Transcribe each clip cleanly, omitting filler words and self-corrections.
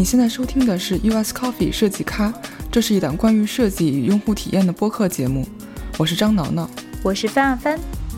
你现在收听的是 US Coffee 设计咖，这是一档关于设计与用户体验的播客节目。我是张挠挠， 我是范范。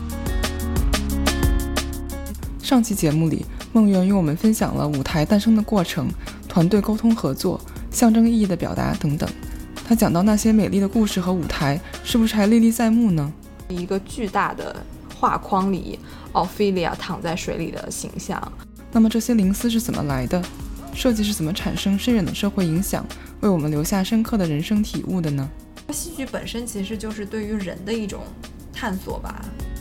上期节目里，梦圆与我们分享了舞台诞生的过程、团队沟通合作、象征意义的表达等等。他讲到那些美丽的故事和舞台，是不是还历历在目呢？ 一个巨大的画框里，奥菲利亚躺在水里的形象。 那么这些灵思是怎么来的？设计是怎么产生深远的社会影响，为我们留下深刻的人生体悟的呢？ 戏剧本身其实就是对于人的一种探索吧。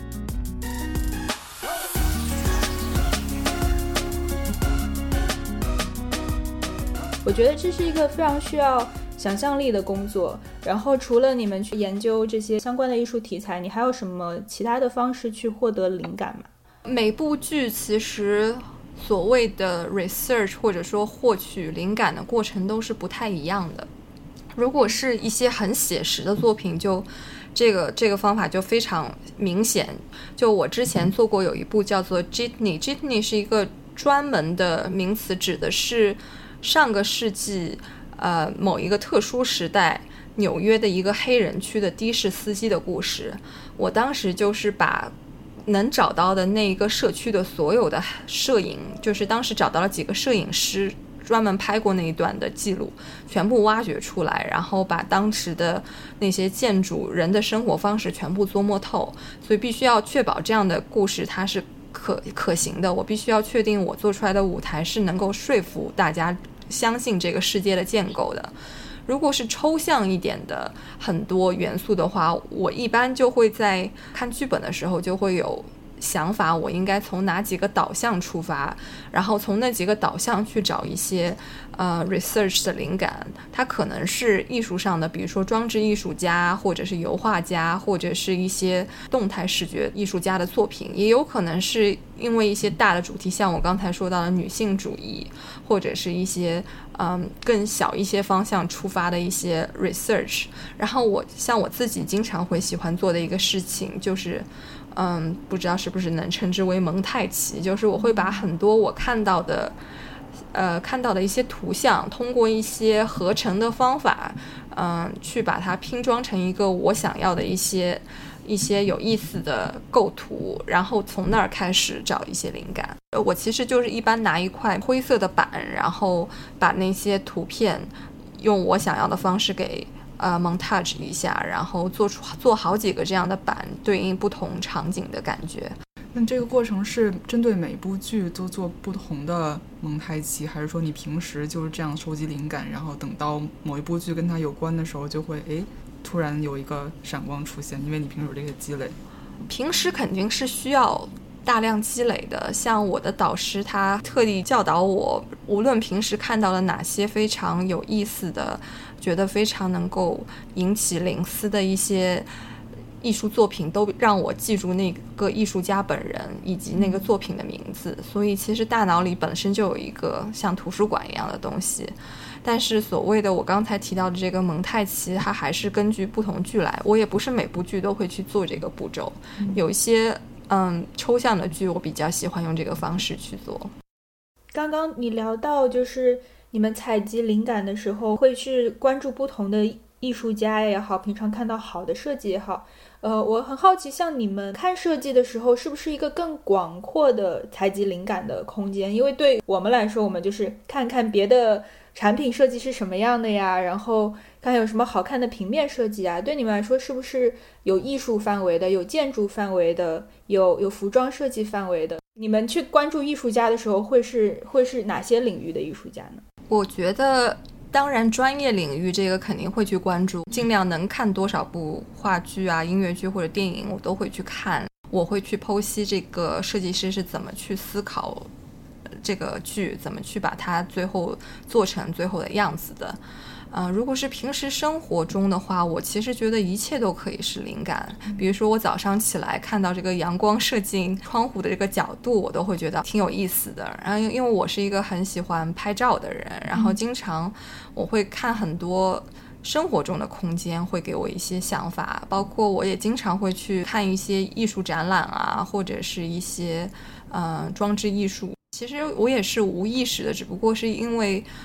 我觉得这是一个非常需要想象力的工作，然后除了你们去研究这些相关的艺术题材，你还有什么其他的方式去获得灵感吗？ 每部剧其实所谓的 research 或者说获取灵感的过程都是不太一样的。如果是一些很写实的作品，就这个方法就非常明显。就我之前做过有一部叫做 Jitney 是一个专门的名词，指的是上个世纪某一个特殊时代纽约的一个黑人区的的士司机的故事。我当时就是把能找到的那一个社区的所有的摄影，就是当时找到了几个摄影师专门拍过那一段的记录，全部挖掘出来，然后把当时的那些建筑、人的生活方式全部琢磨透。所以必须要确保这样的故事它是可行的，我必须要确定我做出来的舞台是能够说服大家相信这个世界的建构的。如果是抽象一点的很多元素的话，我一般就会在看剧本的时候就会有想法，我应该从哪几个导向出发，然后从那几个导向去找一些research 的灵感。它可能是艺术上的，比如说装置艺术家，或者是油画家，或者是一些动态视觉艺术家的作品，也有可能是因为一些大的主题，像我刚才说到的女性主义，或者是一些更小一些方向出发的一些 research。 然后我自己经常会喜欢做的一个事情就是不知道是不是能称之为蒙太奇，就是我会把很多我看到的一些图像，通过一些合成的方法去把它拼装成一个我想要的一些有意思的构图，然后从那儿开始找一些灵感。我其实就是一般拿一块灰色的板，然后把那些图片用我想要的方式给montage 一下，然后做好几个这样的板，对应不同场景的感觉。 那这个过程是针对每部剧都做不同的蒙太奇，还是说你平时就是这样收集灵感，然后等到某一部剧跟它有关的时候就会突然有一个闪光出现，因为你平时有这些积累？ 平时肯定是需要大量积累的，像我的导师他特地教导我，无论平时看到了哪些非常有意思的，觉得非常能够引起灵思的一些艺术作品，都让我记住那个艺术家本人以及那个作品的名字。所以其实大脑里本身就有一个像图书馆一样的东西，但是所谓的我刚才提到的这个蒙太奇，它还是根据不同剧来，我也不是每部剧都会去做这个步骤。有一些抽象的剧我比较喜欢用这个方式去做。 刚刚你聊到就是你们采集灵感的时候会去关注不同的艺术家也好，平常看到好的设计也好，我很好奇，像你们看设计的时候是不是一个更广阔的采集灵感的空间？因为对我们来说，我们就是看看别的产品设计是什么样的呀，然后看有什么好看的平面设计啊。对你们来说是不是有艺术范围的，有建筑范围的，有服装设计范围的？你们去关注艺术家的时候会是哪些领域的艺术家呢？ 我觉得当然专业领域这个肯定会去关注，尽量能看多少部话剧啊、音乐剧或者电影我都会去看。我会去剖析这个设计师是怎么去思考这个剧，怎么去把它最后做成最后的样子的。如果是平时生活中的话，我其实觉得一切都可以是灵感。比如说我早上起来看到这个阳光射进窗户的这个角度，我都会觉得挺有意思的。然后因为我是一个很喜欢拍照的人，然后经常我会看很多生活中的空间，会给我一些想法。包括我也经常会去看一些艺术展览啊，或者是一些装置艺术。其实我也是无意识的，只不过是因为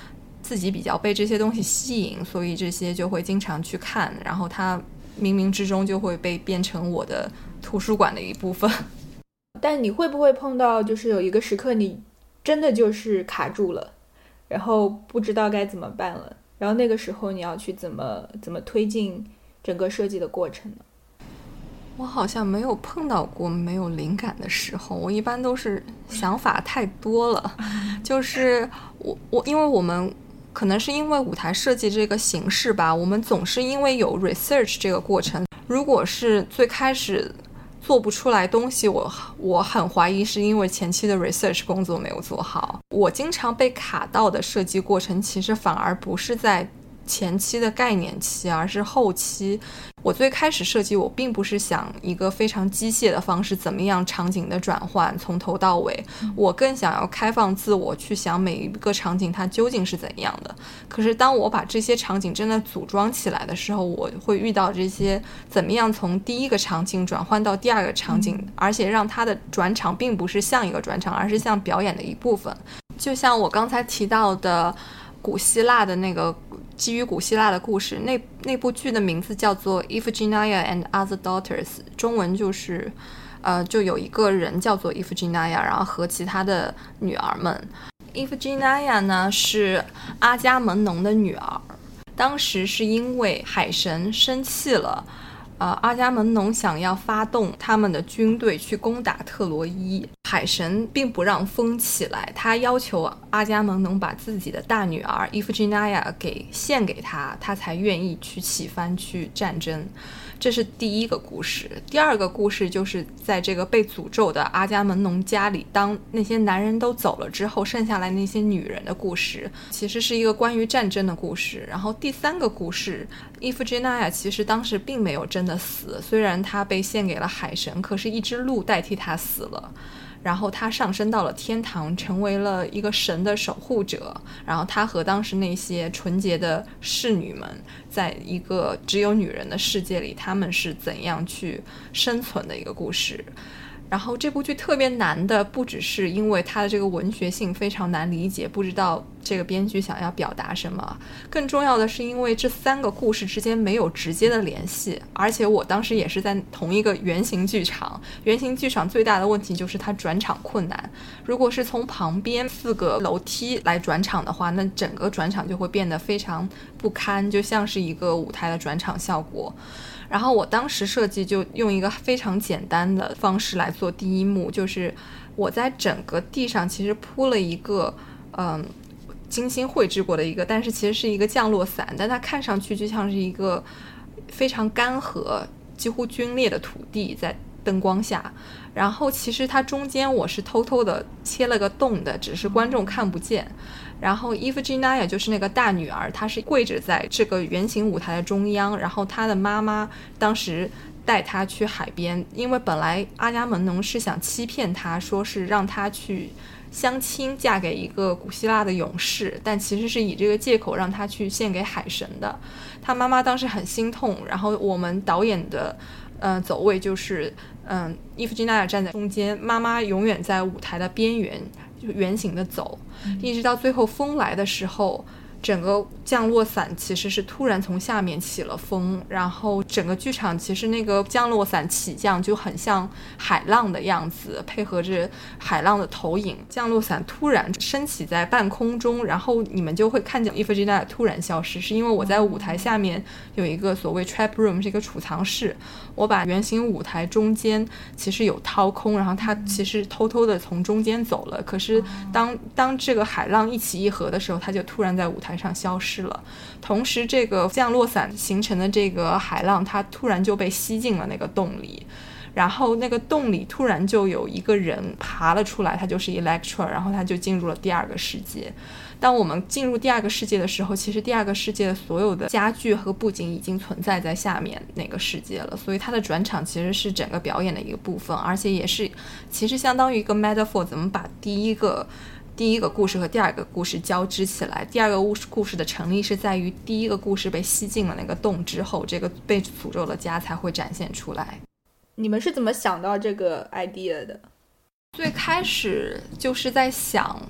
自己比较被这些东西吸引，所以这些就会经常去看，然后它冥冥之中就会被变成我的图书馆的一部分。 但你会不会碰到就是有一个时刻你真的就是卡住了，然后不知道该怎么办了，然后那个时候你要去怎么推进整个设计的过程呢？ 我好像没有碰到过没有灵感的时候，我一般都是想法太多了。就是因为我们可能是因为舞台设计这个形式吧，我们总是因为有 research 这个过程，如果是最开始做不出来东西，我很怀疑是因为前期的 research 工作没有做好。我经常被卡到的设计过程其实反而不是在前期的概念期，而是后期。我最开始设计，我并不是想一个非常机械的方式，怎么样场景的转换从头到尾，我更想要开放自我去想每一个场景它究竟是怎样的。可是当我把这些场景真的组装起来的时候，我会遇到这些怎么样从第一个场景转换到第二个场景，而且让它的转场并不是像一个转场，而是像表演的一部分。就像我刚才提到的古希腊的那个基于古希腊的故事，那部剧的名字叫做 Iphigenia and Other Daughters， 中文就是就有一个人叫做 Iphigenia， 然后和其他的女儿们。Iphigenia 呢是阿伽门农的女儿，当时是因为海神生气了，阿伽门农想要发动他们的军队去攻打特洛伊，海神并不让风起来，他要求阿伽门农把自己的大女儿伊芙吉尼亚献给他，他才愿意去起帆去战争。这是第一个故事。第二个故事就是在这个被诅咒的阿伽门农家里，当那些男人都走了之后，剩下来那些女人的故事，其实是一个关于战争的故事。然后第三个故事，伊芙吉尼亚其实当时并没有真的死，虽然她被献给了海神，可是一只鹿代替她死了，然后他上升到了天堂，成为了一个神的守护者。然后他和当时那些纯洁的侍女们，在一个只有女人的世界里，他们是怎样去生存的一个故事。然后这部剧特别难的不只是因为它的这个文学性非常难理解，不知道这个编剧想要表达什么，更重要的是因为这三个故事之间没有直接的联系。而且我当时也是在同一个圆形剧场，圆形剧场最大的问题就是它转场困难，如果是从旁边4个楼梯来转场的话，那整个转场就会变得非常不堪，就像是一个舞台的转场效果。然后我当时设计就用一个非常简单的方式来做第一幕，就是我在整个地上其实铺了一个精心绘制过的一个，但是其实是一个降落伞，但它看上去就像是一个非常干涸几乎皲裂的土地在灯光下。然后其实它中间我是偷偷的切了个洞的，只是观众看不见。然后伊芙吉尼亚就是那个大女儿，她是跪着在这个圆形舞台的中央，然后她的妈妈当时带她去海边，因为本来阿伽门农是想欺骗她，说是让她去相亲嫁给一个古希腊的勇士，但其实是以这个借口让她去献给海神的。她妈妈当时很心痛，然后我们导演的走位就是伊芙吉尼亚站在中间，妈妈永远在舞台的边缘就圆形的走，一直到最后风来的时候，整个降落伞其实是突然从下面起了风，然后整个剧场其实那个降落伞起降就很像海浪的样子，配合着海浪的投影，降落伞突然升起在半空中，然后你们就会看见伊芙吉尼亚突然消失，是因为我在舞台下面有一个所谓 trap room， 是一个储藏室，我把圆形舞台中间其实有掏空，然后它其实偷偷的从中间走了，可是当这个海浪一起一合的时候，它就突然在舞台上消失了。同时这个降落伞形成的这个海浪，它突然就被吸进了那个洞里，然后那个洞里突然就有一个人爬了出来，他就是 Electra， 然后他就进入了第二个世界。当我们进入第二个世界的时候，其实第二个世界的所有的家具和布景已经存在在下面那个世界了，所以它的转场其实是整个表演的一个部分，而且也是其实相当于一个 metaphor， 怎么把第一个故事和第二个故事交织起来。第二个故事的成立是在于第一个故事被吸进了那个洞之后，这个被诅咒的家才会展现出来。 你们是怎么想到这个 idea 的？ 最开始就是在想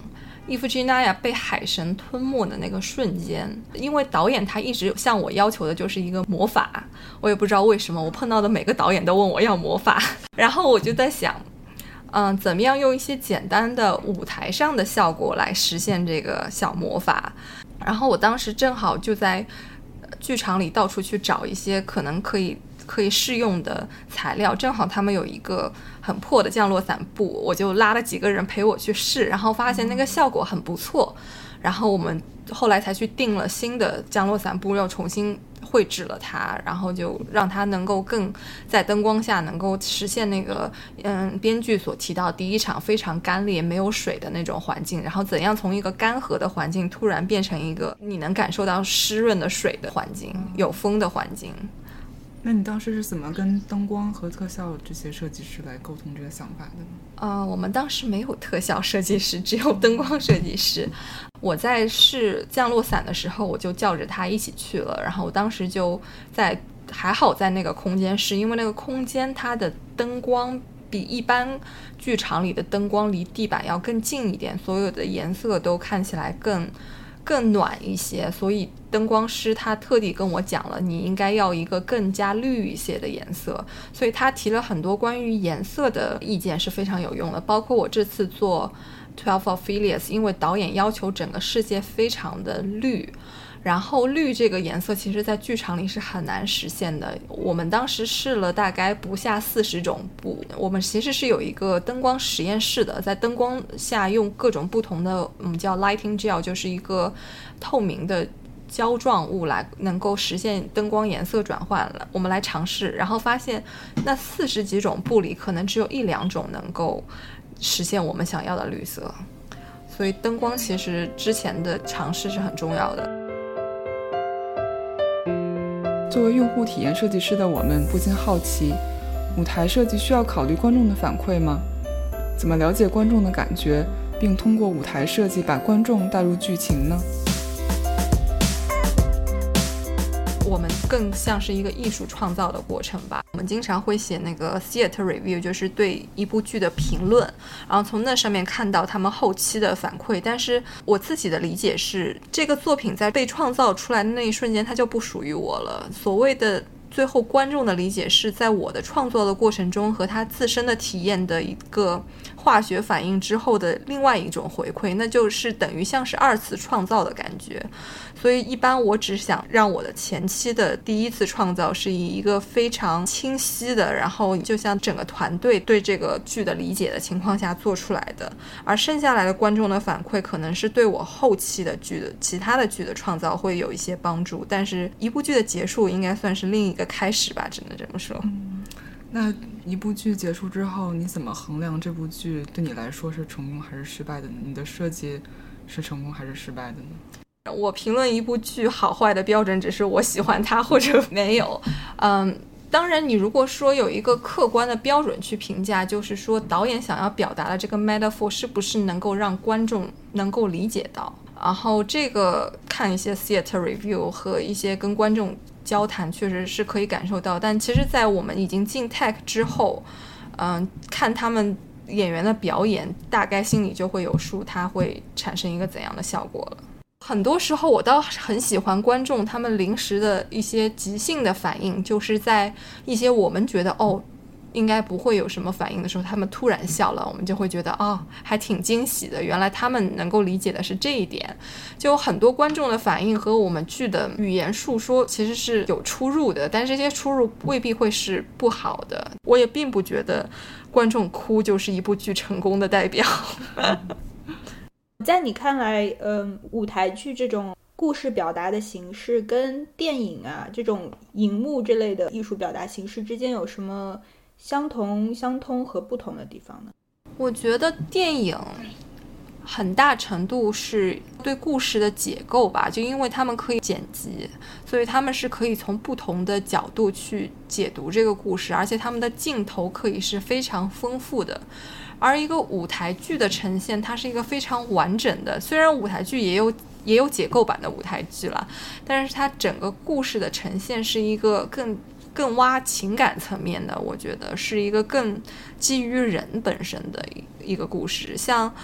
伊夫吉娜亚被海神吞没的那个瞬间，因为导演他一直向我要求的就是一个魔法，我也不知道为什么，我碰到的每个导演都问我要魔法，然后我就在想怎么样用一些简单的舞台上的效果来实现这个小魔法。然后我当时正好就在剧场里到处去找一些可能可以试用的材料，正好他们有一个很破的降落伞布，我就拉了几个人陪我去试，然后发现那个效果很不错，然后我们后来才去订了新的降落伞布，又重新绘制了它，然后就让它能够更在灯光下能够实现那个编剧所提到第一场非常干裂没有水的那种环境，然后怎样从一个干涸的环境突然变成一个你能感受到湿润的水的环境，有风的环境。 那你当时是怎么跟灯光和特效这些设计师来沟通这个想法的呢？ 我们当时没有特效设计师，只有灯光设计师。我在试降落伞的时候，我就叫着他一起去了，然后我当时就还好在那个空间试，因为那个空间它的灯光比一般剧场里的灯光离地板要更近一点，所有的颜色都看起来更暖一些，所以灯光师他特地跟我讲了你应该要一个更加绿一些的颜色，所以他提了很多关于颜色的意见是非常有用的。包括我这次做 12 Ophelius， 因为导演要求整个世界非常的绿，然后绿这个颜色其实在剧场里是很难实现的，我们当时试了大概不下40种布，我们其实是有一个灯光实验室的，在灯光下用各种不同的我们叫 lighting gel， 就是一个透明的胶状物来能够实现灯光颜色转换了，我们来尝试，然后发现那40几种布里可能只有1-2种能够实现我们想要的绿色，所以灯光其实之前的尝试是很重要的。 作为用户体验设计师的我们不禁好奇，舞台设计需要考虑观众的反馈吗？怎么了解观众的感觉，并通过舞台设计把观众带入剧情呢？ 我们更像是一个艺术创造的过程吧。我们经常会写那个 theater review， 就是对一部剧的评论，然后从那上面看到他们后期的反馈。但是我自己的理解是，这个作品在被创造出来的那一瞬间，它就不属于我了。所谓的最后观众的理解是在我的创作的过程中和他自身的体验的一个化学反应之后的另外一种回馈，那就是等于像是2次创造的感觉。所以一般我只想让我的前期的第1次创造是以一个非常清晰的，然后就像整个团队对这个剧的理解的情况下做出来的，而剩下来的观众的反馈可能是对我后期的剧的其他的剧的创造会有一些帮助，但是一部剧的结束应该算是另一个开始吧，只能这么说。 那一部剧结束之后，你怎么衡量这部剧对你来说是成功还是失败的呢？你的设计是成功还是失败的呢？ 我评论一部剧好坏的标准只是我喜欢它或者没有。当然你如果说有一个客观的标准去评价，就是说导演想要表达的这个 metaphor 是不是能够让观众能够理解到，然后这个看一些 theater review 和一些跟观众交谈确实是可以感受到，但其实在我们已经进 tech 之后，看他们演员的表演大概心里就会有数，它会产生一个怎样的效果了。很多时候我倒很喜欢观众他们临时的一些即兴的反应，就是在一些我们觉得应该不会有什么反应的时候，他们突然笑了，我们就会觉得还挺惊喜的，原来他们能够理解的是这一点。就很多观众的反应和我们剧的语言述说其实是有出入的，但这些出入未必会是不好的。我也并不觉得观众哭就是一部剧成功的代表。 在你看来，舞台剧这种故事表达的形式跟电影啊这种荧幕之类的艺术表达形式之间有什么相同、相通和不同的地方呢？ 我觉得电影很大程度是对故事的解构吧，就因为他们可以剪辑，所以他们是可以从不同的角度去解读这个故事，而且他们的镜头可以是非常丰富的。而一个舞台剧的呈现，它是一个非常完整的，虽然舞台剧也有解构版的舞台剧了，但是它整个故事的呈现是一个更挖情感层面的，我觉得是一个更基于人本身的一个故事。像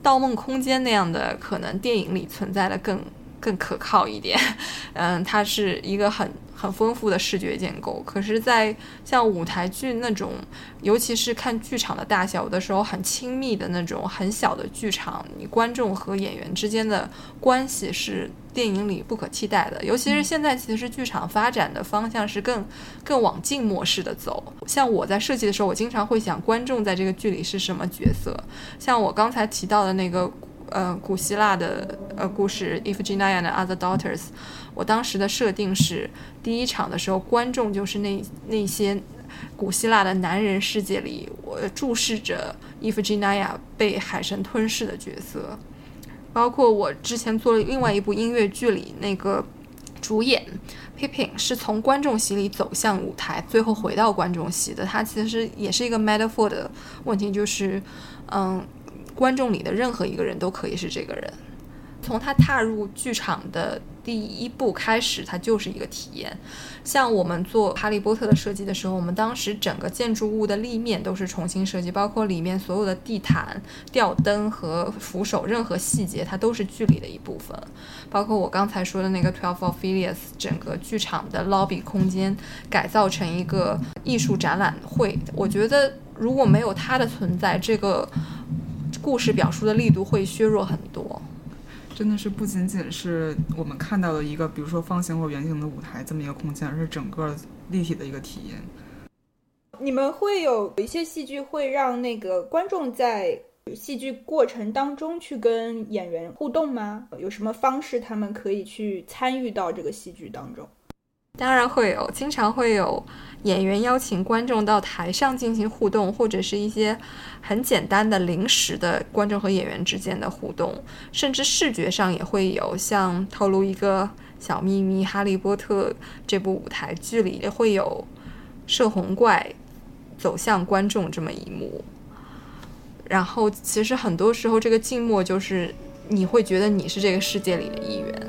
盗梦空间那样的可能电影里存在的更可靠一点。它是一个很丰富的视觉建构，可是在像舞台剧那种，尤其是看剧场的大小，有的时候很亲密的那种很小的剧场，你观众和演员之间的关系是电影里不可替代的。尤其是现在其实剧场发展的方向是更往静默式的走。像我在设计的时候，我经常会想观众在这个剧里是什么角色。像我刚才提到的那个古希腊的故事 Iphigenia and Other Daughters， 我当时的设定是第一场的时候，观众就是那些古希腊的男人世界里我注视着 Iphigenia 被海神吞噬的角色。包括我之前做了另外一部音乐剧里，那个主演 Pippin 是从观众席里走向舞台，最后回到观众席的。它其实也是一个 metaphor 的问题，就是观众里的任何一个人都可以是这个人。从他踏入剧场的第一步开始，它就是一个体验。像我们做哈利波特的设计的时候，我们当时整个建筑物的立面都是重新设计，包括里面所有的地毯、吊灯和扶手，任何细节它都是剧里的一部分。包括我刚才说的那个 12 Ophelia， 整个剧场的 lobby 空间改造成一个艺术展览会。我觉得如果没有它的存在，这个故事表述的力度会削弱很多。 真的是不仅仅是我们看到的一个比如说方形或圆形的舞台这么一个空间，而是整个立体的一个体验。 你们会有一些戏剧会让那个观众在戏剧过程当中去跟演员互动吗？有什么方式他们可以去参与到这个戏剧当中？ 当然会有，经常会有演员邀请观众到台上进行互动，或者是一些很简单的临时的观众和演员之间的互动，甚至视觉上也会有。像透露一个小秘密，哈利波特这部舞台剧里也会有摄魂怪走向观众这么一幕。然后其实很多时候这个静默就是你会觉得你是这个世界里的一员。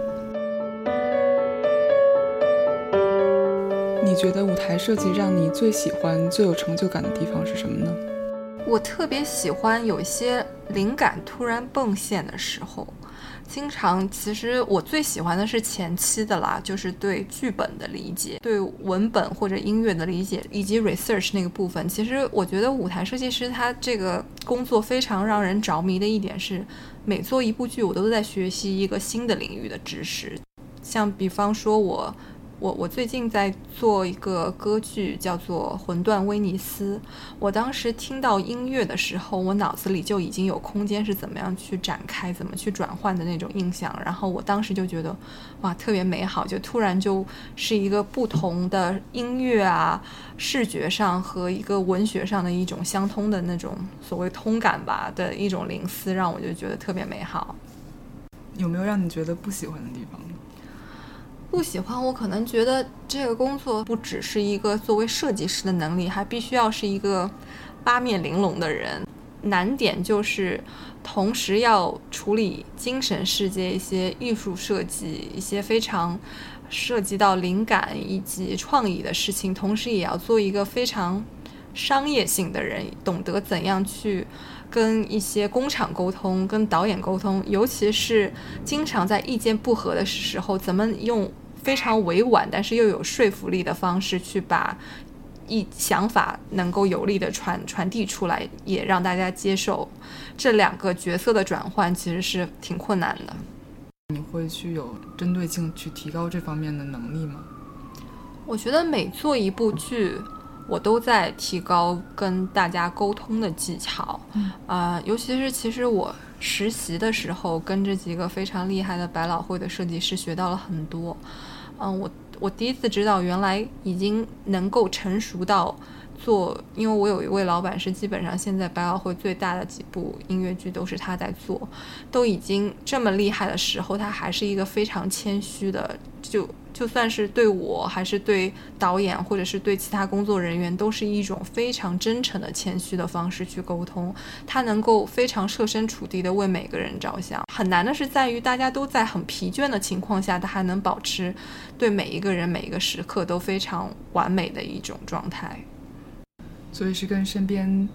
你觉得舞台设计让你最喜欢最有成就感的地方是什么呢？ 我特别喜欢有一些灵感突然迸现的时候。经常其实我最喜欢的是前期的啦，就是对剧本的理解，对文本或者音乐的理解，以及 research 那个部分。其实我觉得舞台设计师他这个工作非常让人着迷的一点是，每做一部剧我都在学习一个新的领域的知识。像比方说我最近在做一个歌剧叫做《魂断威尼斯》，我当时听到音乐的时候，我脑子里就已经有空间是怎么样去展开，怎么去转换的那种印象，然后我当时就觉得哇特别美好，就突然就是一个不同的音乐啊，视觉上和一个文学上的一种相通的那种所谓通感吧的一种灵思，让我就觉得特别美好。 有没有让你觉得不喜欢的地方呢？ 不喜欢，我可能觉得这个工作不只是一个作为设计师的能力，还必须要是一个八面玲珑的人。难点就是同时要处理精神世界一些艺术设计，一些非常涉及到灵感以及创意的事情，同时也要做一个非常商业性的人，懂得怎样去跟一些工厂沟通，跟导演沟通，尤其是经常在意见不合的时候，怎么用非常委婉但是又有说服力的方式去把想法能够有力的传递出来，也让大家接受。这两个角色的转换其实是挺困难的。 你会去有针对性去提高这方面的能力吗？ 我觉得每做一部剧我都在提高跟大家沟通的技巧。尤其是其实我实习的时候跟这几个非常厉害的百老汇的设计师学到了很多。我第一次知道原来已经能够成熟到做，因为我有一位老板是基本上现在百老汇最大的几部音乐剧都是他在做，都已经这么厉害的时候，他还是一个非常谦虚的，就算是对我还是对导演或者是对其他工作人员，都是一种非常真诚的谦虚的方式去沟通。他能够非常设身处地的为每个人着想。很难的是在于大家都在很疲倦的情况下，他还能保持对每一个人每一个时刻都非常完美的一种状态。 所以是跟身边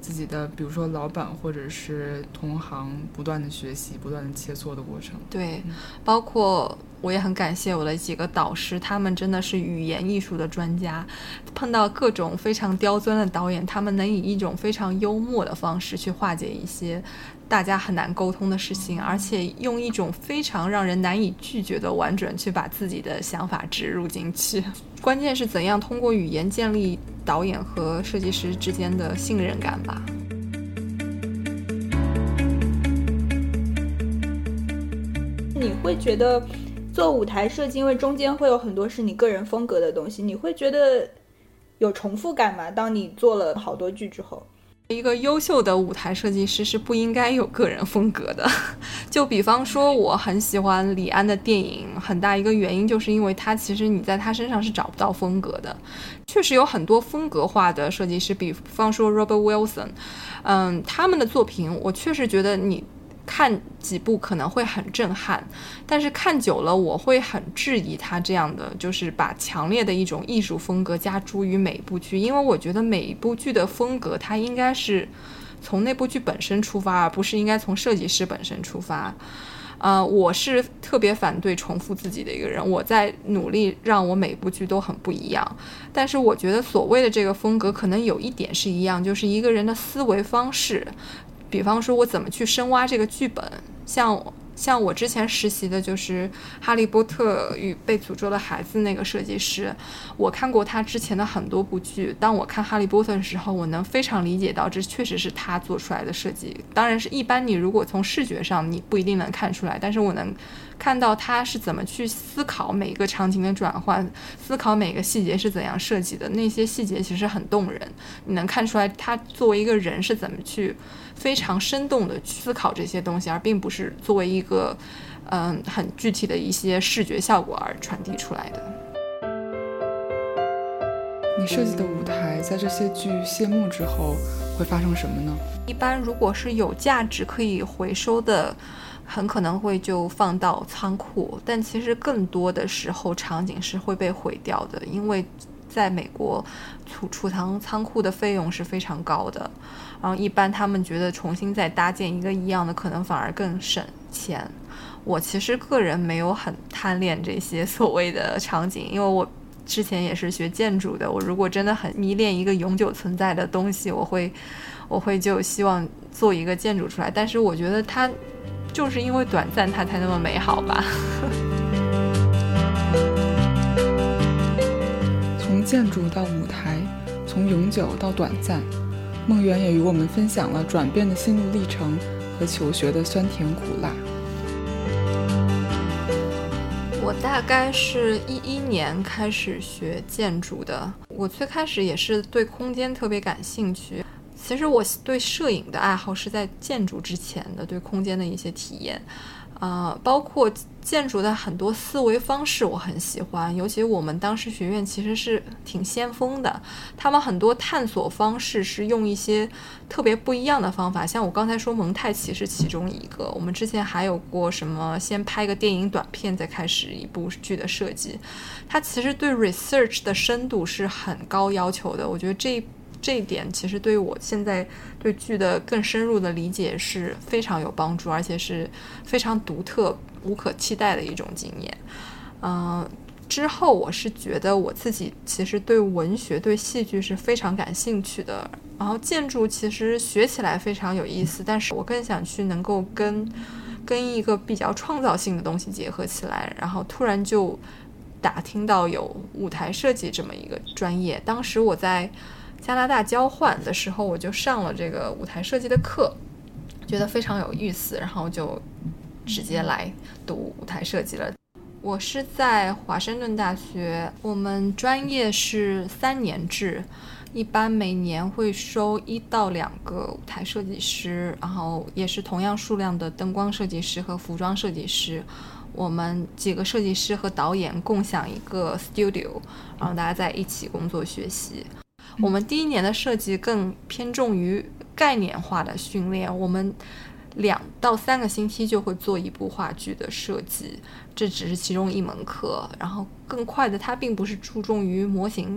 自己的比如说老板或者是同行不断的学习不断的切磋的过程。 对，包括我也很感谢我的几个导师，他们真的是语言艺术的专家，碰到各种非常刁钻的导演，他们能以一种非常幽默的方式去化解一些大家很难沟通的事情，而且用一种非常让人难以拒绝的婉转去把自己的想法植入进去。关键是怎样通过语言建立导演和设计师之间的信任感吧。 你会觉得做舞台设计，因为中间会有很多是你个人风格的东西，你会觉得有重复感吗？当你做了好多剧之后。 一个优秀的舞台设计师是不应该有个人风格的。就比方说我很喜欢李安的电影，很大一个原因就是因为他其实你在他身上是找不到风格的。确实有很多风格化的设计师，比方说 Robert Wilson，他们的作品我确实觉得你看几部可能会很震撼，但是看久了我会很质疑他这样的，就是把强烈的一种艺术风格加诸于每一部剧，因为我觉得每一部剧的风格它应该是从那部剧本身出发，而不是应该从设计师本身出发。我是特别反对重复自己的一个人，我在努力让我每部剧都很不一样，但是我觉得所谓的这个风格可能有一点是一样，就是一个人的思维方式。比方说我怎么去深挖这个剧本，像我之前实习的就是哈利波特与被诅咒的孩子那个设计师，我看过他之前的很多部剧，当我看哈利波特的时候，我能非常理解到这确实是他做出来的设计。当然是一般你如果从视觉上你不一定能看出来，但是我能看到他是怎么去思考每一个场景的转换，思考每个细节是怎样设计的，那些细节其实很动人，你能看出来他作为一个人是怎么去非常生动的思考这些东西，而并不是作为一个很具体的一些视觉效果而传递出来的。 你设计的舞台在这些剧谢幕之后会发生什么呢？ 一般如果是有价值可以回收的，很可能会就放到仓库，但其实更多的时候场景是会被毁掉的，因为在美国储藏仓库的费用是非常高的，然后一般他们觉得重新再搭建一个一样的可能反而更省钱。我其实个人没有很贪恋这些所谓的场景，因为我之前也是学建筑的，我如果真的很迷恋一个永久存在的东西，我会就希望做一个建筑出来，但是我觉得它就是因为短暂它才那么美好吧。 从建筑到舞台，从永久到短暂，梦圆也与我们分享了转变的心路历程和求学的酸甜苦辣。 我大概是2011年开始学建筑的，我最开始也是对空间特别感兴趣。其实我对摄影的爱好是在建筑之前的，对空间的一些体验，包括建筑的很多思维方式我很喜欢，尤其我们当时学院其实是挺先锋的，他们很多探索方式是用一些特别不一样的方法，像我刚才说蒙太奇是其中一个，我们之前还有过什么先拍个电影短片再开始一部剧的设计，它其实对 research 的深度是很高要求的，我觉得这一点其实对于我现在对剧的更深入的理解是非常有帮助，而且是非常独特无可替代的一种经验。之后我是觉得我自己其实对文学对戏剧是非常感兴趣的，然后建筑其实学起来非常有意思，但是我更想去能够跟一个比较创造性的东西结合起来，然后突然就打听到有舞台设计这么一个专业。当时我在加拿大交换的时候，我就上了这个舞台设计的课，觉得非常有意思，然后就直接来读舞台设计了。我是在华盛顿大学，我们专业是3年制，一般每年会收1到2个舞台设计师，然后也是同样数量的灯光设计师和服装设计师。我们几个设计师和导演共享一个 studio， 然后大家在一起工作学习。我们第1年的设计更偏重于概念化的训练，我们2到3个星期就会做一部话剧的设计，这只是其中一门课。然后更快的，它并不是注重于模型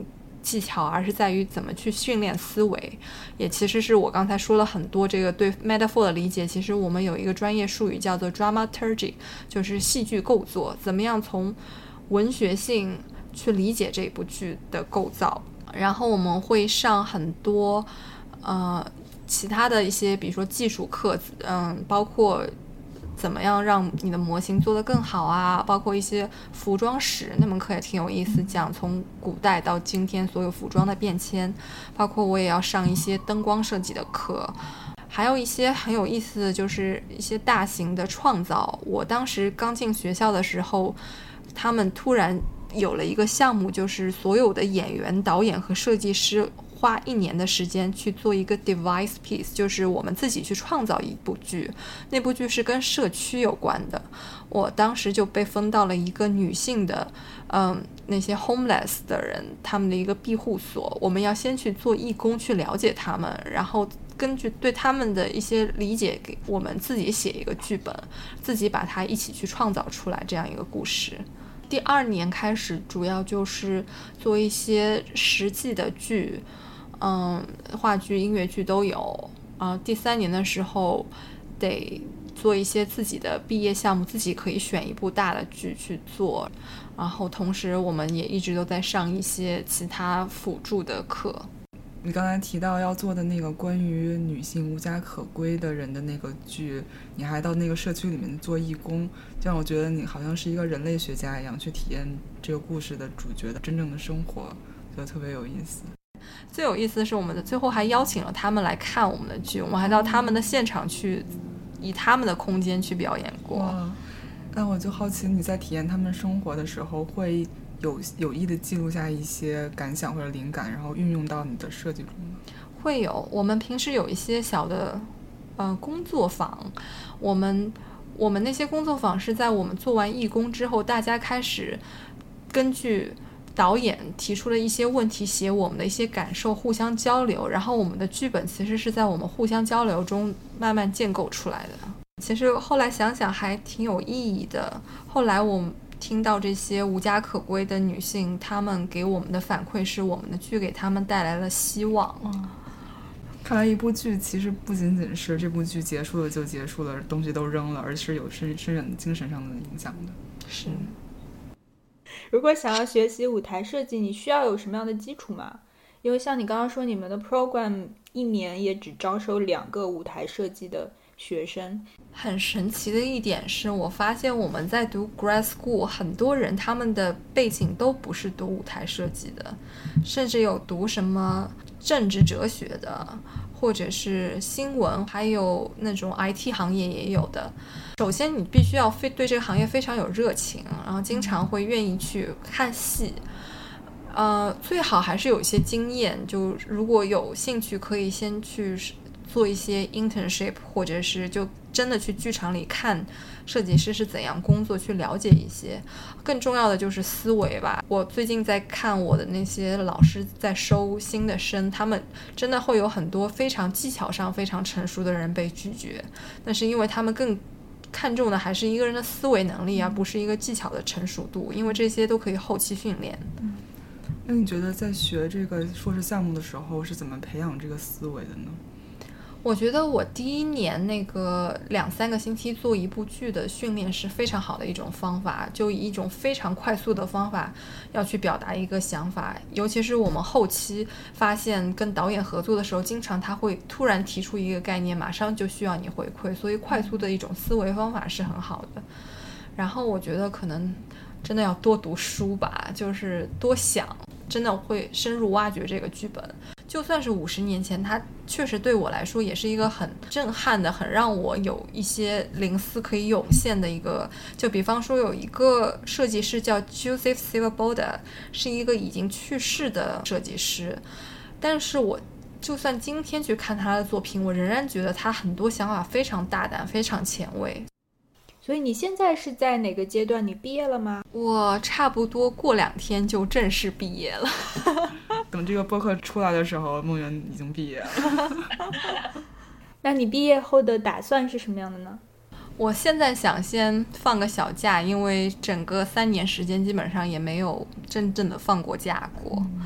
技巧，而是在于怎么去训练思维。也其实是我刚才说了很多这个对 metaphor 的理解，其实我们有一个专业术语叫做 dramaturgy， 就是戏剧构作，怎么样从文学性去理解这部剧的构造。然后我们会上很多其他的一些比如说技术课，包括怎么样让你的模型做得更好啊，包括一些服装史，那门课也挺有意思，讲从古代到今天所有服装的变迁，包括我也要上一些灯光设计的课，还有一些很有意思的就是一些大型的创造。我当时刚进学校的时候，他们突然有了一个项目，就是所有的演员、导演和设计师花1年的时间去做一个 device piece， 就是我们自己去创造一部剧，那部剧是跟社区有关的。我当时就被分到了一个女性的那些 homeless 的人他们的一个庇护所，我们要先去做义工去了解他们，然后根据对他们的一些理解给我们自己写一个剧本，自己把它一起去创造出来这样一个故事。第2年开始主要就是做一些实际的剧，话剧、音乐剧都有。第3年的时候得做一些自己的毕业项目，自己可以选一部大的剧去做。然后同时我们也一直都在上一些其他辅助的课。 你刚才提到要做的那个关于女性无家可归的人的那个剧，你还到那个社区里面做义工，这样我觉得你好像是一个人类学家一样，去体验这个故事的主角的真正的生活，觉得特别有意思。 最有意思的是我们最后还邀请了他们来看我们的剧，我们还到他们的现场去以他们的空间去表演过。 那我就好奇你在体验他们生活的时候会有意的记录下一些感想或者灵感，然后运用到你的设计中吗？ 会有，我们平时有一些小的工作坊，我们那些工作坊是在我们做完义工之后，大家开始根据导演提出了一些问题写我们的一些感受，互相交流，然后我们的剧本其实是在我们互相交流中慢慢建构出来的。其实后来想想还挺有意义的。后来我们听到这些无家可归的女性，她们给我们的反馈是我们的剧给她们带来了希望。 看来一部剧其实不仅仅是这部剧结束了就结束了，东西都扔了，而是有深远的精神上的影响的。 是。 如果想要学习舞台设计，你需要有什么样的基础吗？因为像你刚刚说，你们的 program 1年也只招收2个舞台设计的学生。 很神奇的一点是，我发现我们在读 grad school， 很多人他们的背景都不是读舞台设计的，甚至有读什么政治哲学的，或者是新闻，还有那种 IT 行业也有的。首先你必须要对这个行业非常有热情，然后经常会愿意去看戏，最好还是有一些经验，就如果有兴趣可以先去做一些 internship， 或者是就真的去剧场里看设计师是怎样工作，去了解一些。更重要的就是思维吧。我最近在看我的那些老师在收新的生，他们真的会有很多非常技巧上非常成熟的人被拒绝，那是因为他们更看重的还是一个人的思维能力，而不是一个技巧的成熟度，因为这些都可以后期训练。 那你觉得在学这个硕士项目的时候是怎么培养这个思维的呢？ 我觉得我第1年那个2-3个星期做一部剧的训练是非常好的一种方法，就以一种非常快速的方法要去表达一个想法。尤其是我们后期发现跟导演合作的时候，经常他会突然提出一个概念，马上就需要你回馈，所以快速的一种思维方法是很好的。然后我觉得可能真的要多读书吧，就是多想，真的会深入挖掘这个剧本。就算是50年前，它确实对我来说也是一个很震撼的，很让我有一些灵思可以涌现的一个。就比方说有一个设计师叫 Joseph Silverboda， 是一个已经去世的设计师，但是我就算今天去看他的作品，我仍然觉得他很多想法非常大胆，非常前卫。 所以你现在是在哪个阶段？你毕业了吗？ 我差不多过2天就正式毕业了。 等这个播客出来的时候，梦圆已经毕业了。 那你毕业后的打算是什么样的呢？ 我现在想先放个小假，因为整个3年时间基本上也没有真正的放过假过。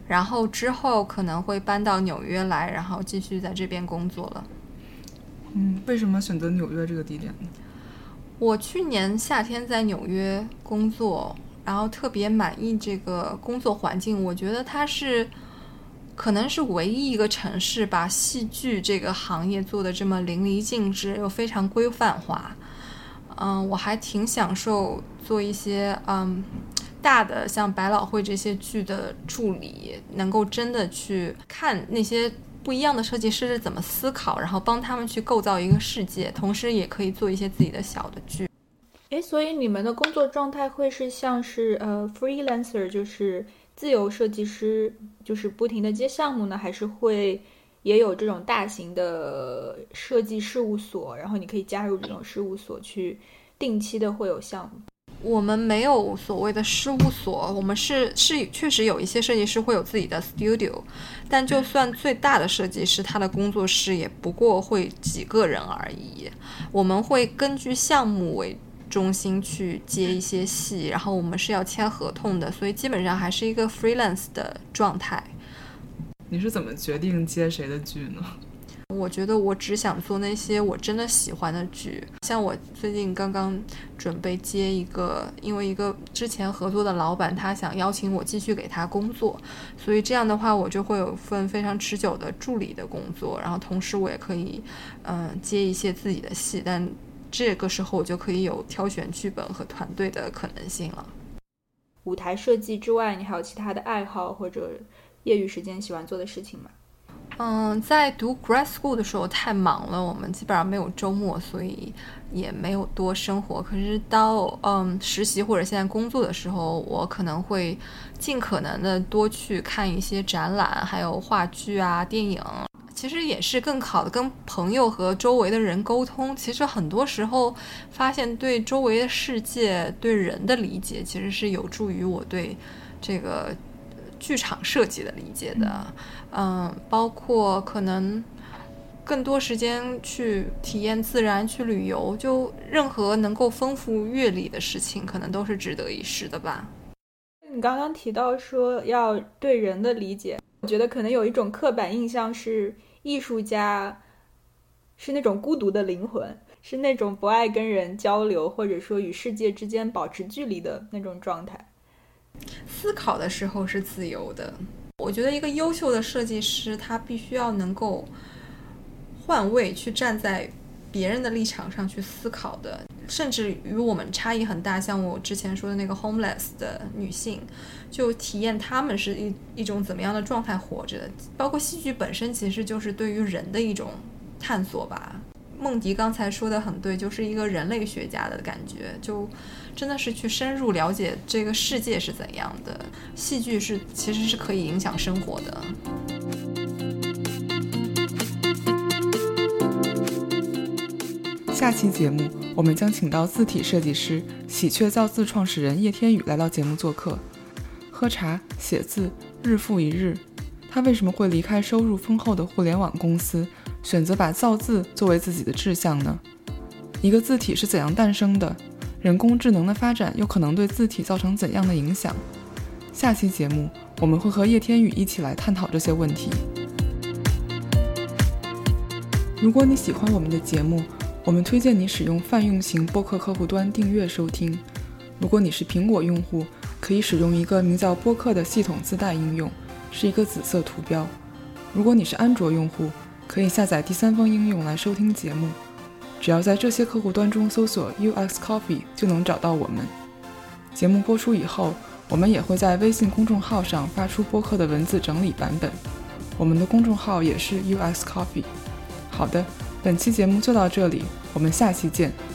然后之后可能会搬到纽约来，然后继续在这边工作了。 为什么选择纽约这个地点呢？ 我去年夏天在纽约工作，然后特别满意这个工作环境。我觉得它是可能是唯一一个城市把戏剧这个行业做得这么淋漓尽致又非常规范化。我还挺享受做一些大的像百老汇这些剧的助理，能够真的去看那些不一样的设计师是怎么思考，然后帮他们去构造一个世界，同时也可以做一些自己的小的剧。 所以你们的工作状态会是像是freelancer， 就是自由设计师，就是不停的接项目呢，还是会也有这种大型的设计事务所，然后你可以加入这种事务所去定期的会有项目？ 我们没有所谓的事务所，我们是确实有一些设计师会有自己的 studio， 但就算最大的设计师，他的工作室也不过会几个人而已。我们会根据项目为中心去接一些戏，然后我们是要签合同的，所以基本上还是一个 freelance 的状态。 你是怎么决定接谁的剧呢？ 我觉得我只想做那些我真的喜欢的剧，像我最近刚刚准备接一个，因为一个之前合作的老板他想邀请我继续给他工作，所以这样的话我就会有份非常持久的助理的工作，然后同时我也可以接一些自己的戏，但这个时候我就可以有挑选剧本和团队的可能性了。 舞台设计之外，你还有其他的爱好或者业余时间喜欢做的事情吗？ 在读 grad school 的时候太忙了，我们基本上没有周末，所以也没有多生活。可是到实习或者现在工作的时候，我可能会尽可能的多去看一些展览，还有话剧啊、电影。其实也是更好的跟朋友和周围的人沟通。其实很多时候发现对周围的世界、对人的理解，其实是有助于我对这个剧场设计的理解的。包括可能更多时间去体验自然，去旅游，就任何能够丰富阅历的事情，可能都是值得一试的吧。 你刚刚提到说要对人的理解，我觉得可能有一种刻板印象是艺术家是那种孤独的灵魂，是那种不爱跟人交流，或者说与世界之间保持距离的那种状态。 思考的时候是自由的。我觉得一个优秀的设计师，他必须要能够换位去站在别人的立场上去思考的，甚至与我们差异很大。像我之前说的那个 homeless 的女性，就体验她们是一种怎么样的状态活着的。包括戏剧本身其实就是对于人的一种探索吧。梦迪刚才说的很对，就是一个人类学家的感觉，就真的是去深入了解这个世界是怎样的。戏剧其实是可以影响生活的。 下期节目我们将请到字体设计师喜鹊造字创始人叶天宇来到节目做客，喝茶写字日复一日，他为什么会离开收入丰厚的互联网公司，选择把造字作为自己的志向呢？一个字体是怎样诞生的？人工智能的发展又可能对字体造成怎样的影响？下期节目我们会和叶天宇一起来探讨这些问题。如果你喜欢我们的节目，我们推荐你使用泛用型播客客户端订阅收听。如果你是苹果用户，可以使用一个名叫播客的系统自带应用，是一个紫色图标。如果你是安卓用户，可以下载第三方应用来收听节目。只要在这些客户端中搜索 UX Coffee 就能找到我们。节目播出以后，我们也会在微信公众号上发出播客的文字整理版本。我们的公众号也是 UX Coffee。好的，本期节目就到这里，我们下期见。